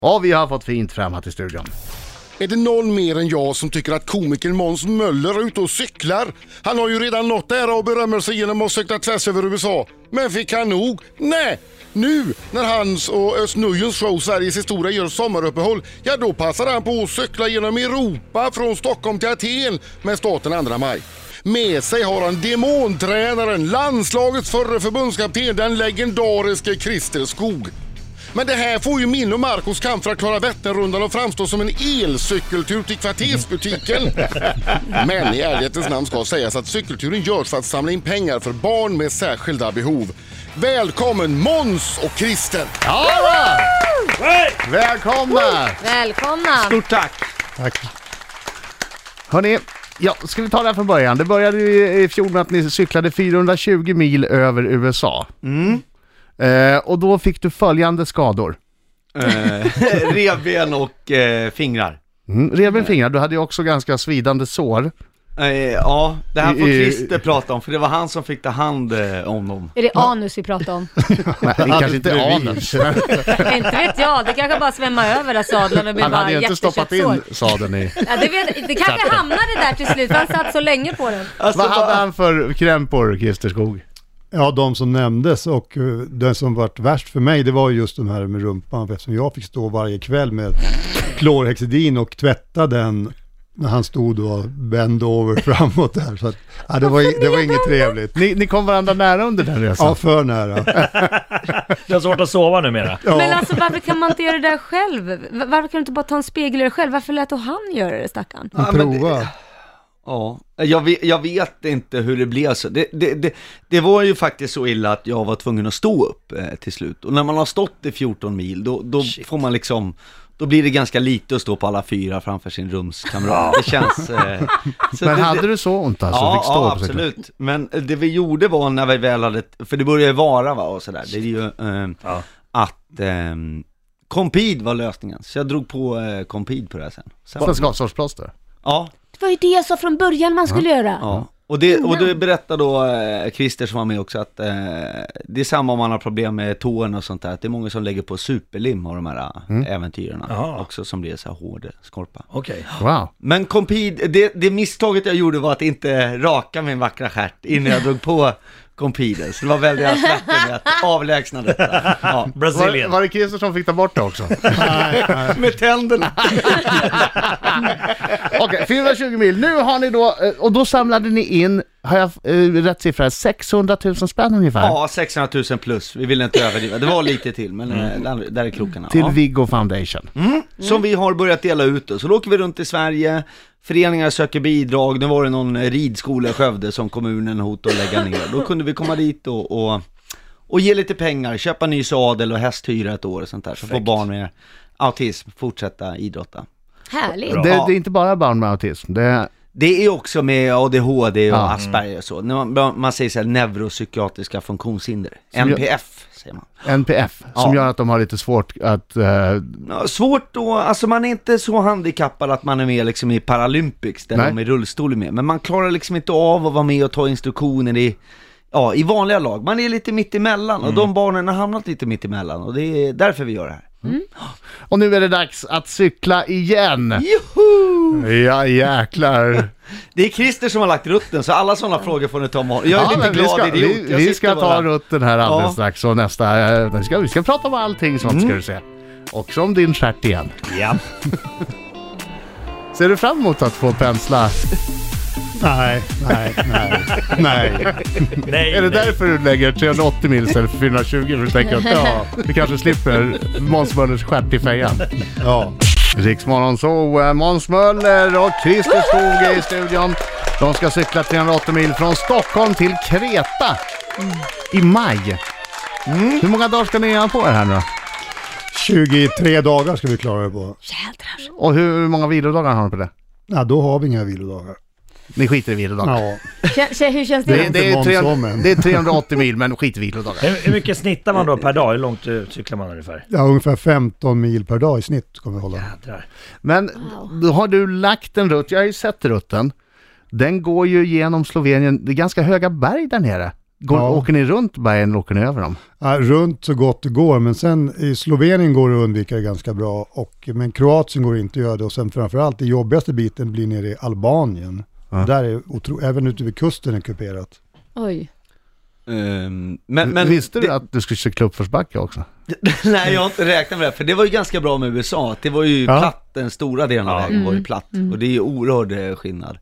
Och vi har fått fint fram här till studion. Är det någon mer än jag som tycker att komikern Måns Möller är ute och cyklar? Han har ju redan nått ära och berömmer sig genom att cykla tvärs över USA. Men fick han nog? Nej! Nu, när hans och Özz Nujens show Sveriges historia gör sommaruppehåll, ja då passar han på att cykla genom Europa från Stockholm till Aten med starten 2 maj. Med sig har han demontränaren, landslagets förre förbundskapten, den legendariske Christer Skog. Men det här får ju min och Marcos kamp för att klara Vätternrundan och framstå som en elcykeltur till kvartersbutiken. Men i ärlighetens namn ska sägas att cykelturen görs för att samla in pengar för barn med särskilda behov. Välkommen Måns och Christer! Ja! Välkomna! Välkomna! Stort tack! Tack. Hörrni, ja, ska vi ta det här från början? Det började ju i fjol med att ni cyklade 420 mil över USA. Och då fick du följande skador. Revben och fingrar. Revben fingrar, du hade ju också ganska svidande sår. Ja, det här får Christer prata om, för det var han som fick ta hand om dem. Är det anus vi pratar om? Nej, kanske inte anus. Inte vet jag, det kanske bara svämmar över där sadeln och blir Han bara hade ju inte stoppat in sadeln i... Ja, det kanske hamnade där till slut, han satt så länge på den. Alltså, vad hade han för krämpor, Christer Skog? Ja, de som nämndes, och den som varit värst för mig, det var just den här med rumpan, eftersom jag fick stå varje kväll med klorhexidin och tvätta den när han stod och bände över framåt där. Så att, ja, det var inget trevligt. Ni kom varandra nära under den resan? Ja, för nära. Det är svårt att sova numera. Ja. Men alltså, varför kan man inte göra det där själv? Varför kan du inte bara ta en spegel själv? Varför lät han göra det, stackarn? Prova. Ja, jag vet inte hur det blev så. Det var ju faktiskt så illa att jag var tvungen att stå upp till slut. Och när man har stått i 14 mil, då får man liksom... Då blir det ganska lite att stå på alla 4 framför sin rumskamrat. Det känns... Men hade du så ont alltså? Ja, absolut. Men det vi gjorde var när vi väl hade... För det började vara, va, och sådär. Det är ju att... Compid var lösningen. Så jag drog på Compid på det här sen. För skavsårsplåster? Ja. Det var ju det jag sa från början man skulle göra. Ja. Och det berättar då Christer som var med också att det är samma om man har problem med tårna och sånt där. Att det är många som lägger på superlim av de här äventyrerna också, som blir så här hård skorpa. Okej. Wow. Men Compid, det misstaget jag gjorde var att inte raka min vackra stjärt innan jag drog på Compiden. Så det var väldigt släppigt med att avlägsna detta. Ja. Brasilien. Var det Christer som fick ta bort det också? Nej. Med tänderna. Okej, 420 mil. Nu har ni då, och då samlade ni in, har jag rätt siffra, 600 000 spänn ungefär? Ja, 600 000 plus. Vi vill inte överdriva. Det var lite till, men där är krokarna. Till Viggo Foundation. Som vi har börjat dela ut. Så då åker vi runt i Sverige. Föreningar söker bidrag. Nu var det någon ridskola i Skövde som kommunen hotade att lägga ner. Då kunde vi komma dit och ge lite pengar. Köpa ny sadel och hästhyra ett år och sånt där. Så får barn med autism fortsätta idrotta. Härligt. Det är inte bara barn med autism. Det är också med ADHD och Asperger och så. Man säger så här, neuropsykiatriska funktionshinder. NPF säger man. NPF, som gör att de har lite svårt att... Svårt då, alltså man är inte så handikappad att man är med liksom i Paralympics där de är rullstol med. Men man klarar liksom inte av att vara med och ta instruktioner i vanliga lag. Man är lite mitt emellan och de barnen har hamnat lite mitt emellan och det är därför vi gör det här. Och nu är det dags att cykla igen. Juhu! Ja, jäklar. Det är Christer som har lagt rutten, så alla sådana frågor får ni ta med. Jag är lite glad idiot. Vi ska ta rutten här alldeles strax, och vi ska prata om allting sånt, ska du se. Också om din stjärt igen. Ja. Ser du fram emot att få pensla? Nej. Är det därför du lägger 380 mil istället för 420? För du tänker att vi kanske slipper Måns Möllers stjärt i fejan. Ja. Riksmorgon så Måns Möller och Christer Skog är i studion. De ska cykla 380 mil från Stockholm till Kreta i maj. Hur många dagar ska ni göra på er här nu då? 23 dagar ska vi klara det på. Jädrar. Och hur många vilodagar har ni på det? Ja, då har vi inga vilodagar. Ni skiter i vilodagar? Ja. Hur känns det? Det är 380 mil, men skit i vilodagar. Hur mycket snittar man då per dag? Hur långt cyklar man ungefär? Ja, ungefär 15 mil per dag i snitt kommer vi hålla. Jädrar. Men då har du lagt en rutt, jag har ju sett rutten. Den går ju genom Slovenien, det är ganska höga berg där nere. Åker ni runt bergen eller åker ni över dem? Ja, runt så gott det går, men sen i Slovenien går det att undvika det ganska bra. Men Kroatien går inte att göra det. Och sen framförallt den jobbigaste biten blir nere i Albanien. Där är även ute vid kusten är kuperat. Oj. Men visste du att du skulle cykla uppförsbacke också? Nej, jag har inte räknat med det, för det var ju ganska bra med USA. Det var ju platt, den stora delen av vägen var ju platt. Och det är ju oerhörd skillnad.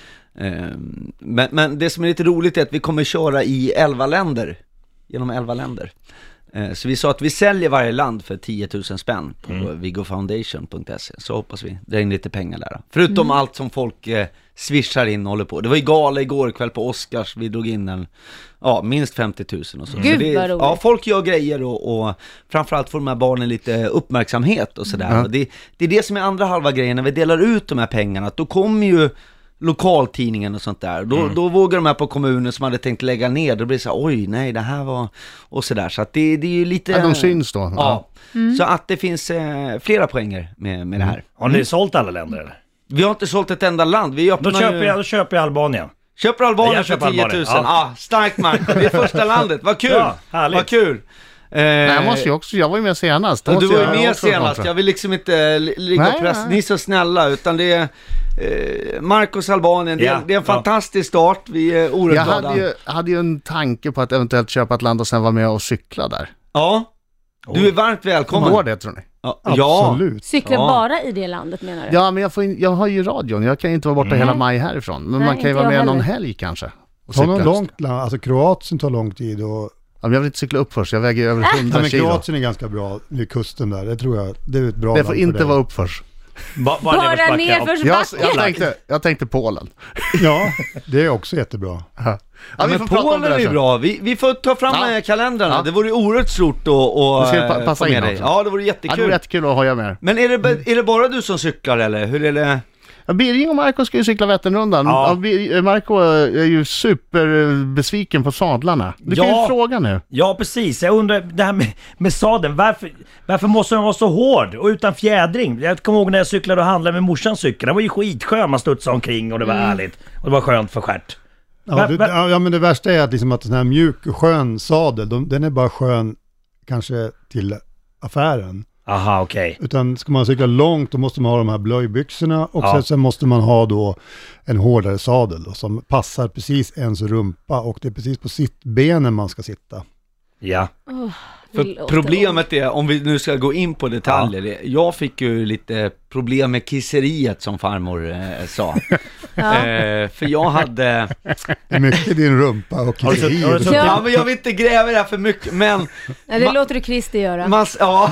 Men det som är lite roligt är att vi kommer köra i 11 länder. Genom 11 länder. Så vi sa att vi säljer varje land för 10 000 spänn på vigofoundation.se. Så hoppas vi dra in lite pengar där. Förutom allt som folk swishar in och håller på. Det var ju gala igår kväll på Oscars. Vi drog in minst 50 000 och så. Gud, så vad roligt. ja, folk gör grejer och framförallt får de här barnen lite uppmärksamhet och sådär. Och det är det som är andra halva grejen. När vi delar ut de här pengarna, att då kommer ju lokaltidningen och sånt där. Då vågar de här på kommunen som hade tänkt lägga ner. Då blir det så här, oj nej, det här var... Och sådär. Så att det är ju lite... Ja, de syns då. Ja. Så att det finns flera poänger med det här. Har ni sålt alla länder eller? Vi har inte sålt ett enda land. Vi Då köper jag Albanien. Köper Albanien Jag för köper 10 000. Albanien, Ja, starkt Marco. Det är första landet. Vad kul. Ja, härligt. Vad kul. Jag var ju med senast. Du var ju med senast. Jag vill liksom inte ligga och pressa. Ni är så snälla, utan det är Marcos Albanien. Det är en fantastisk start. Vi är oerhört glada. Jag hade ju en tanke på att eventuellt köpa ett land och sen vara med och cykla där. Ja. Du är varmt välkommen. Går det, tror ni? Ja. Absolut. Cykla bara i det landet, menar du? Ja, men jag har ju radion. Jag kan ju inte vara borta hela maj härifrån. Men Nej, man kan ju inte vara jag med någon heller. helg kanske. Och Ta någon cykla. långt land, alltså Kroatien tar lång tid och... Ja, men jag vill inte cykla upp först. Jag väger över 100 men kilo. Kroatien är ganska bra vid kusten där, det tror jag. Det är ett bra Det land får för inte dig. vara uppförs. Bara nerförsbacke. Jag tänkte Polen. Ja, det är också jättebra. Ja, Ja, vi men får prata om Polen det är där ju sen. bra. Vi får ta fram kalendrarna. Ja. Det vore ju oerhört stort Det att ska passa få med in dig. också. Ja, det vore Ja, det jättekul. vore jättekul att hoja med er. Men är det bara du som cyklar eller? Hur är det? Ja, Birging och Marco ska ju cykla Vätternrundan. Ja. Marco är ju superbesviken på sadlarna. Du kan ju fråga nu. Ja, precis. Jag undrar, det här med sadeln, varför måste den vara så hård och utan fjädring? Jag kommer ihåg när jag cyklade och handlade med morsans cykel. Den var ju skitskön, man studsade omkring och det var härligt. Och det var skönt för stjärt. Ja, men det värsta är att, liksom att sån här mjuk och skön sadel, den är bara skön kanske till affären. Aha, okej. Utan ska man cykla långt då måste man ha de här blöjbyxorna och sen måste man ha då en hårdare sadel då, som passar precis ens rumpa och det är precis på sittbenen man ska sitta. Ja. För problemet är, om vi nu ska gå in på detaljer, jag fick ju lite problem med kisseriet som farmor sa. För jag hade... Det är mycket din rumpa och kisseriet. Ja, men jag vill inte gräva det här för mycket, men... Ja, det låter du Christer göra. Ja.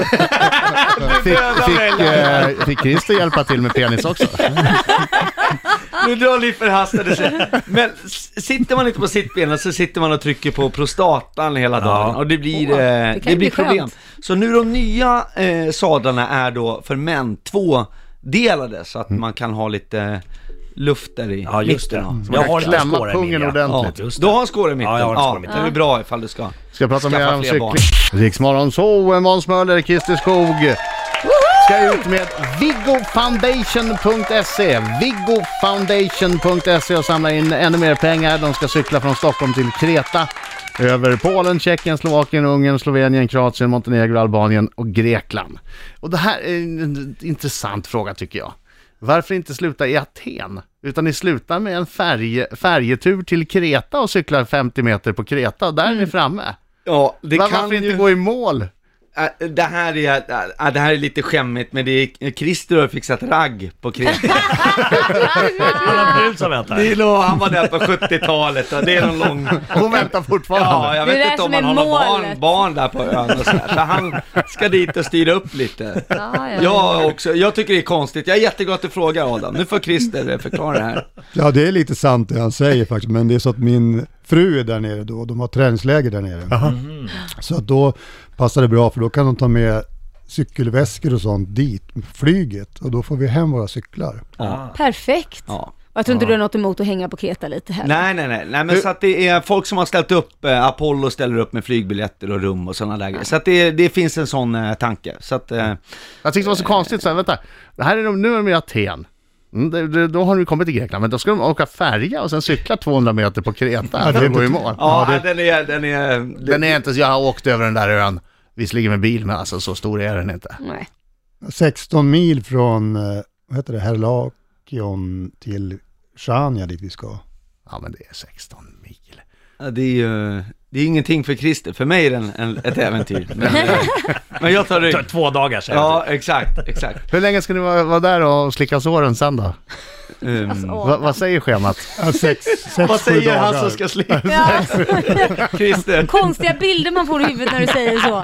Fick Christer hjälpa till med penis också? Nu drar ni förhastade sig. Men sitter man inte på sittbenen så sitter man och trycker på prostatan hela dagen. Och det blir problem. skönt. Så nu de nya sadlarna är då för män 2-delade så att man kan ha lite luft där i Ja, just det. mitten. Jag har lite klämma skåra i pungen min, ordentligt. Ja, just Du det. har en skåre i mitten. Ja, jag har en skåre i mitten. Det är bra ifall du ska. Ska jag prata mer Skaffa om fler barn. cykling? Riksmorgon så, Måns Möller, Christer Skog ska ut med vigofoundation.se vigofoundation.se och samla in ännu mer pengar. De ska cykla från Stockholm till Kreta över Polen, Tjeckien, Slovakien, Ungern, Slovenien, Kroatien, Montenegro, Albanien och Grekland. Och det här är en intressant fråga tycker jag. Varför inte sluta i Aten? Utan ni slutar med en färjetur till Kreta och cyklar 50 meter på Kreta och där är ni framme. Ja, det kan Varför inte gå i mål? Det här är lite skämmigt, men det är Christer har fixat ragg på Kreta. Han har brud som väntar. Han var där på 70-talet och det är någon lång... Hon väntar fortfarande. Ja, jag Det är vet det inte om som han är har målet. barn där på ön och sådär. Så han ska dit och styra upp lite. Jag tycker det är konstigt. Jag är jätteglad att du frågar, Adam. Nu får Christer förklara det här. Ja, det är lite sant det han säger faktiskt, men det är så att min fru är där nere då, de har träningsläger där nere. Så att då passar det bra för då kan de ta med cykelväskor och sånt dit, flyget, och då får vi hem våra cyklar. Perfekt. Ja. Jag tror inte du har något emot att hänga på Kreta lite heller. Nej, men så att det är folk som har ställt upp, Apollo ställer upp med flygbiljetter och rum och sådana där grejer. Så att det finns en sån tanke. Så att, Jag tyckte det var så konstigt så här, vänta. Det här är nu är de i Aten. Då har du kommit till Grekland, men då ska de åka färja och sen cykla 200 meter på Kreta. Det går i mål. Ja, den är inte så jag har åkt över den där ön. Visserligen med bil, men alltså så stor är den inte. Nej. 16 mil från, vad heter det, Herlakion till Chania dit vi ska. Ja, men det är 16 mil. Ja, det är ingenting för Christer. För mig är den ett äventyr. Men jag tar det 2 dagar sedan. Ja, exakt. Hur länge ska ni vara där och slicka såren sen då? Vad säger schemat? 6-7 Vad säger dagar. han som ska slicka? Christer. Konstiga bilder man får i huvudet när du säger så.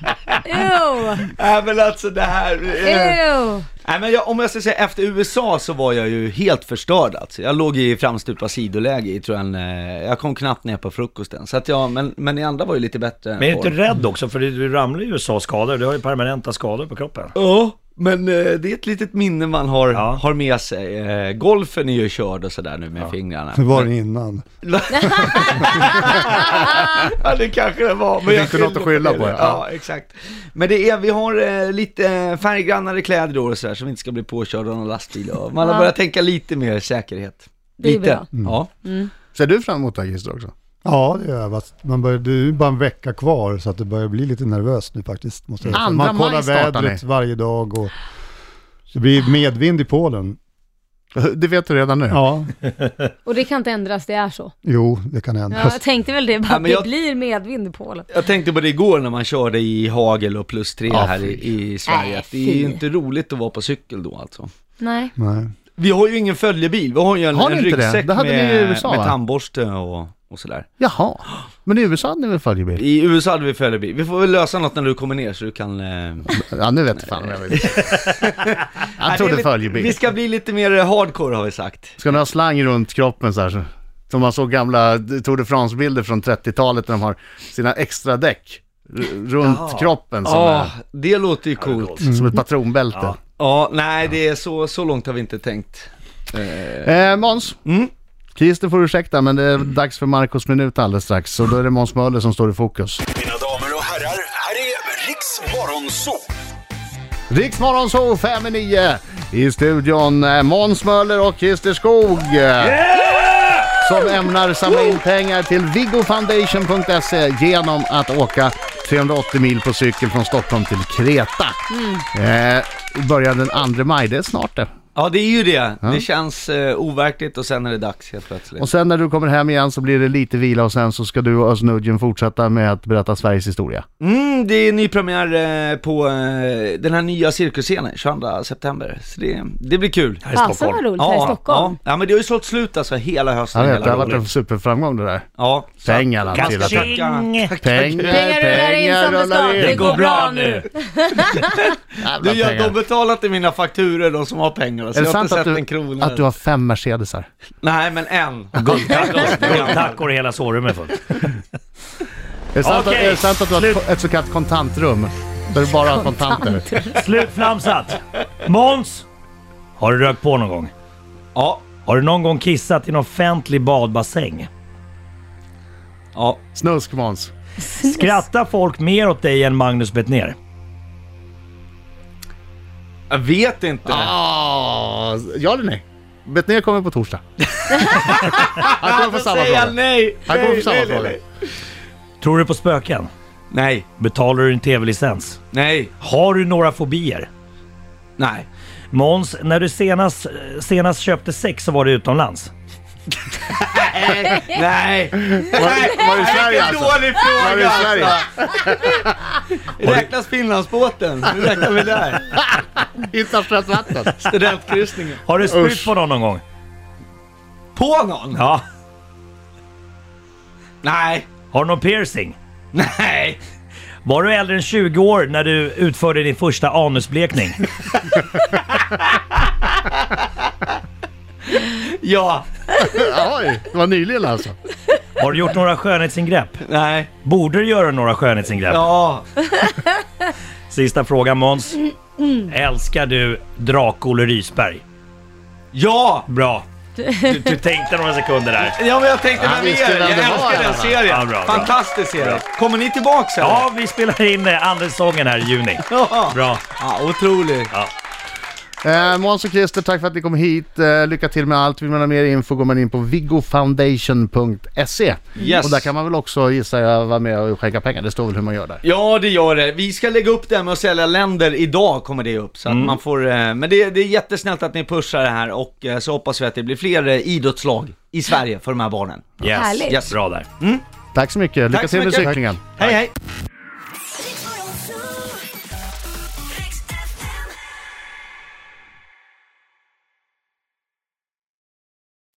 Nej, men alltså det här... Nej, men om jag ska säga, efter USA så var jag ju helt förstörd alltså. Jag låg i framstupa sidoläge i, tror jag kom knappt ner på frukosten. Så att men i andra var ju lite bättre. Men är du inte rädd också? För du ramlar i USA och skador. Du har ju permanenta skador på kroppen. Ja, men det är ett litet minne man har med sig. Golfen är ju körd och sådär nu med fingrarna. Det var det innan. Ja, det kanske det var. Men det är inte något att skylla på. Ja, exakt. Men vi har lite färggrannare kläder då och sådär, så vi inte ska bli påkörda av någon lastbil. Man har börjat tänka lite mer säkerhet. Det är lite. bra. Ja. Ser du fram emot det här, Christer, också? Ja, det gör jag. Det är bara en vecka kvar så att det börjar bli lite nervöst nu faktiskt. Måste jag säga. Man kollar vädret varje dag och det blir medvind i Polen. Det vet du redan nu. Ja. Och det kan inte ändras, det är så. Jo, det kan ändras. Ja, jag tänkte väl det, bara men det blir medvind i Polen. Jag tänkte på det igår när man körde i hagel och +3 här i Sverige. Det är ju inte roligt att vara på cykel då alltså. Nej. Vi har ju ingen följebil, vi har ju en ryggsäck det hade ni i USA, med va? tandborste och sådär. Jaha, men i USA hade ni väl följebil? I USA hade vi följebil. Vi får väl lösa något när du kommer ner så du kan... Ja, nu vet jag fan om jag vill. Jag trodde följebil. Vi ska bli lite mer hardcore har vi sagt. Ska ni ha slang runt kroppen så här? Som man såg gamla Tour de France-bilder från 30-talet när de har sina extra däck runt kroppen. Det låter ju coolt. Som ett patronbälte. Ja, nej, det är så långt har vi inte tänkt. Måns, Christer får ursäkta, men det är dags för Marcos minut alldeles strax. Så då är det Måns Möller som står i fokus. Mina damer och herrar, här är Riks Morgonzoo. Riks Morgonzoo 5-9 i studion. Måns Möller och Christer Skog. Som ämnar samla in pengar till viggofoundation.se genom att åka 380 mil på cykel från Stockholm till Kreta. Börjar den 2 maj, det är snart det. Ja, det är ju det. Ja. Det känns overkligt och sen är det dags helt plötsligt. Och sen när du kommer hem igen så blir det lite vila och sen så ska du och Snudgen fortsätta med att berätta Sveriges historia. Det är ny premiär på den här nya cirkusscenen 22 september. Så det blir kul. Här i Stockholm. Roligt, här i Stockholm. Ja, men det har ju sålt slut alltså hela hösten. Jag vet, det har varit en superframgång det där. Ja. Pengarna till att pengar rullar in. Det går bra nu. De betalar till mina fakturer, de som har pengar. Är det sant att du har 5 Mercedesar? Nej, men en. Guldtackor i hela sovrummet fullt. Är det sant att du har ett så kallat kontantrum? Där du bara har kontanter? Slutflamsat. Måns, har du rökt på någon gång? Ja. Har du någon gång kissat i en offentlig badbassäng? Ja. Snusk, Måns. Skrattar folk mer åt dig än Magnus Bettner? Jag vet inte. Ja eller nej? Bettner kommer på torsdag. Han kommer få samma fråga. Nej. Han kommer få samma fråga. Tror du på spöken? Nej. Betalar du en tv-licens? Nej. Har du några fobier? Nej. Måns, när du senast köpte sex så var du utomlands? Nej. Var det i Sverige alltså? Dålig fråga. Var det i Sverige? Räknas Finlandsbåten? Nu räknar vi där. Internationellt vatten. Studentkryssningen. Har du spytt på någon gång? På någon? Ja. Nej. Har du någon piercing? Nej. Var du äldre än 20 år när du utförde din första anusblekning? Ja. Oj, det var nyligen alltså. Har du gjort några skönhetsingrepp? Nej. Borde du göra några skönhetsingrepp? Ja. Sista frågan, Måns. Älskar du Drak-Olle Rysberg? Ja. Bra. Du tänkte några sekunder där. Ja, men jag tänkte med mer. Jag älskar den serien. Ja, bra. Fantastisk serie. Kommer ni tillbaka sen? Ja, vi spelar in andra säsongen här i juni. Ja. Bra. Ja, otroligt. Ja. Måns och Christer, tack för att ni kom hit. Lycka till med allt. Vill man ha mer info går man in på viggofoundation.se. Yes. Och där kan man väl också gissa jag vara med och skänka pengar. Det står väl hur man gör där. Ja, det gör det. Vi ska lägga upp det med att sälja länder. Idag kommer det upp. Så att man får, men det är jättesnällt att ni pushar det här. Och så hoppas vi att det blir fler idrottslag i Sverige för de här barnen. Yes. Härligt. Yes. Bra där. Tack så mycket. Lycka Tack så till med mycket. cyklingen. Hej, hej.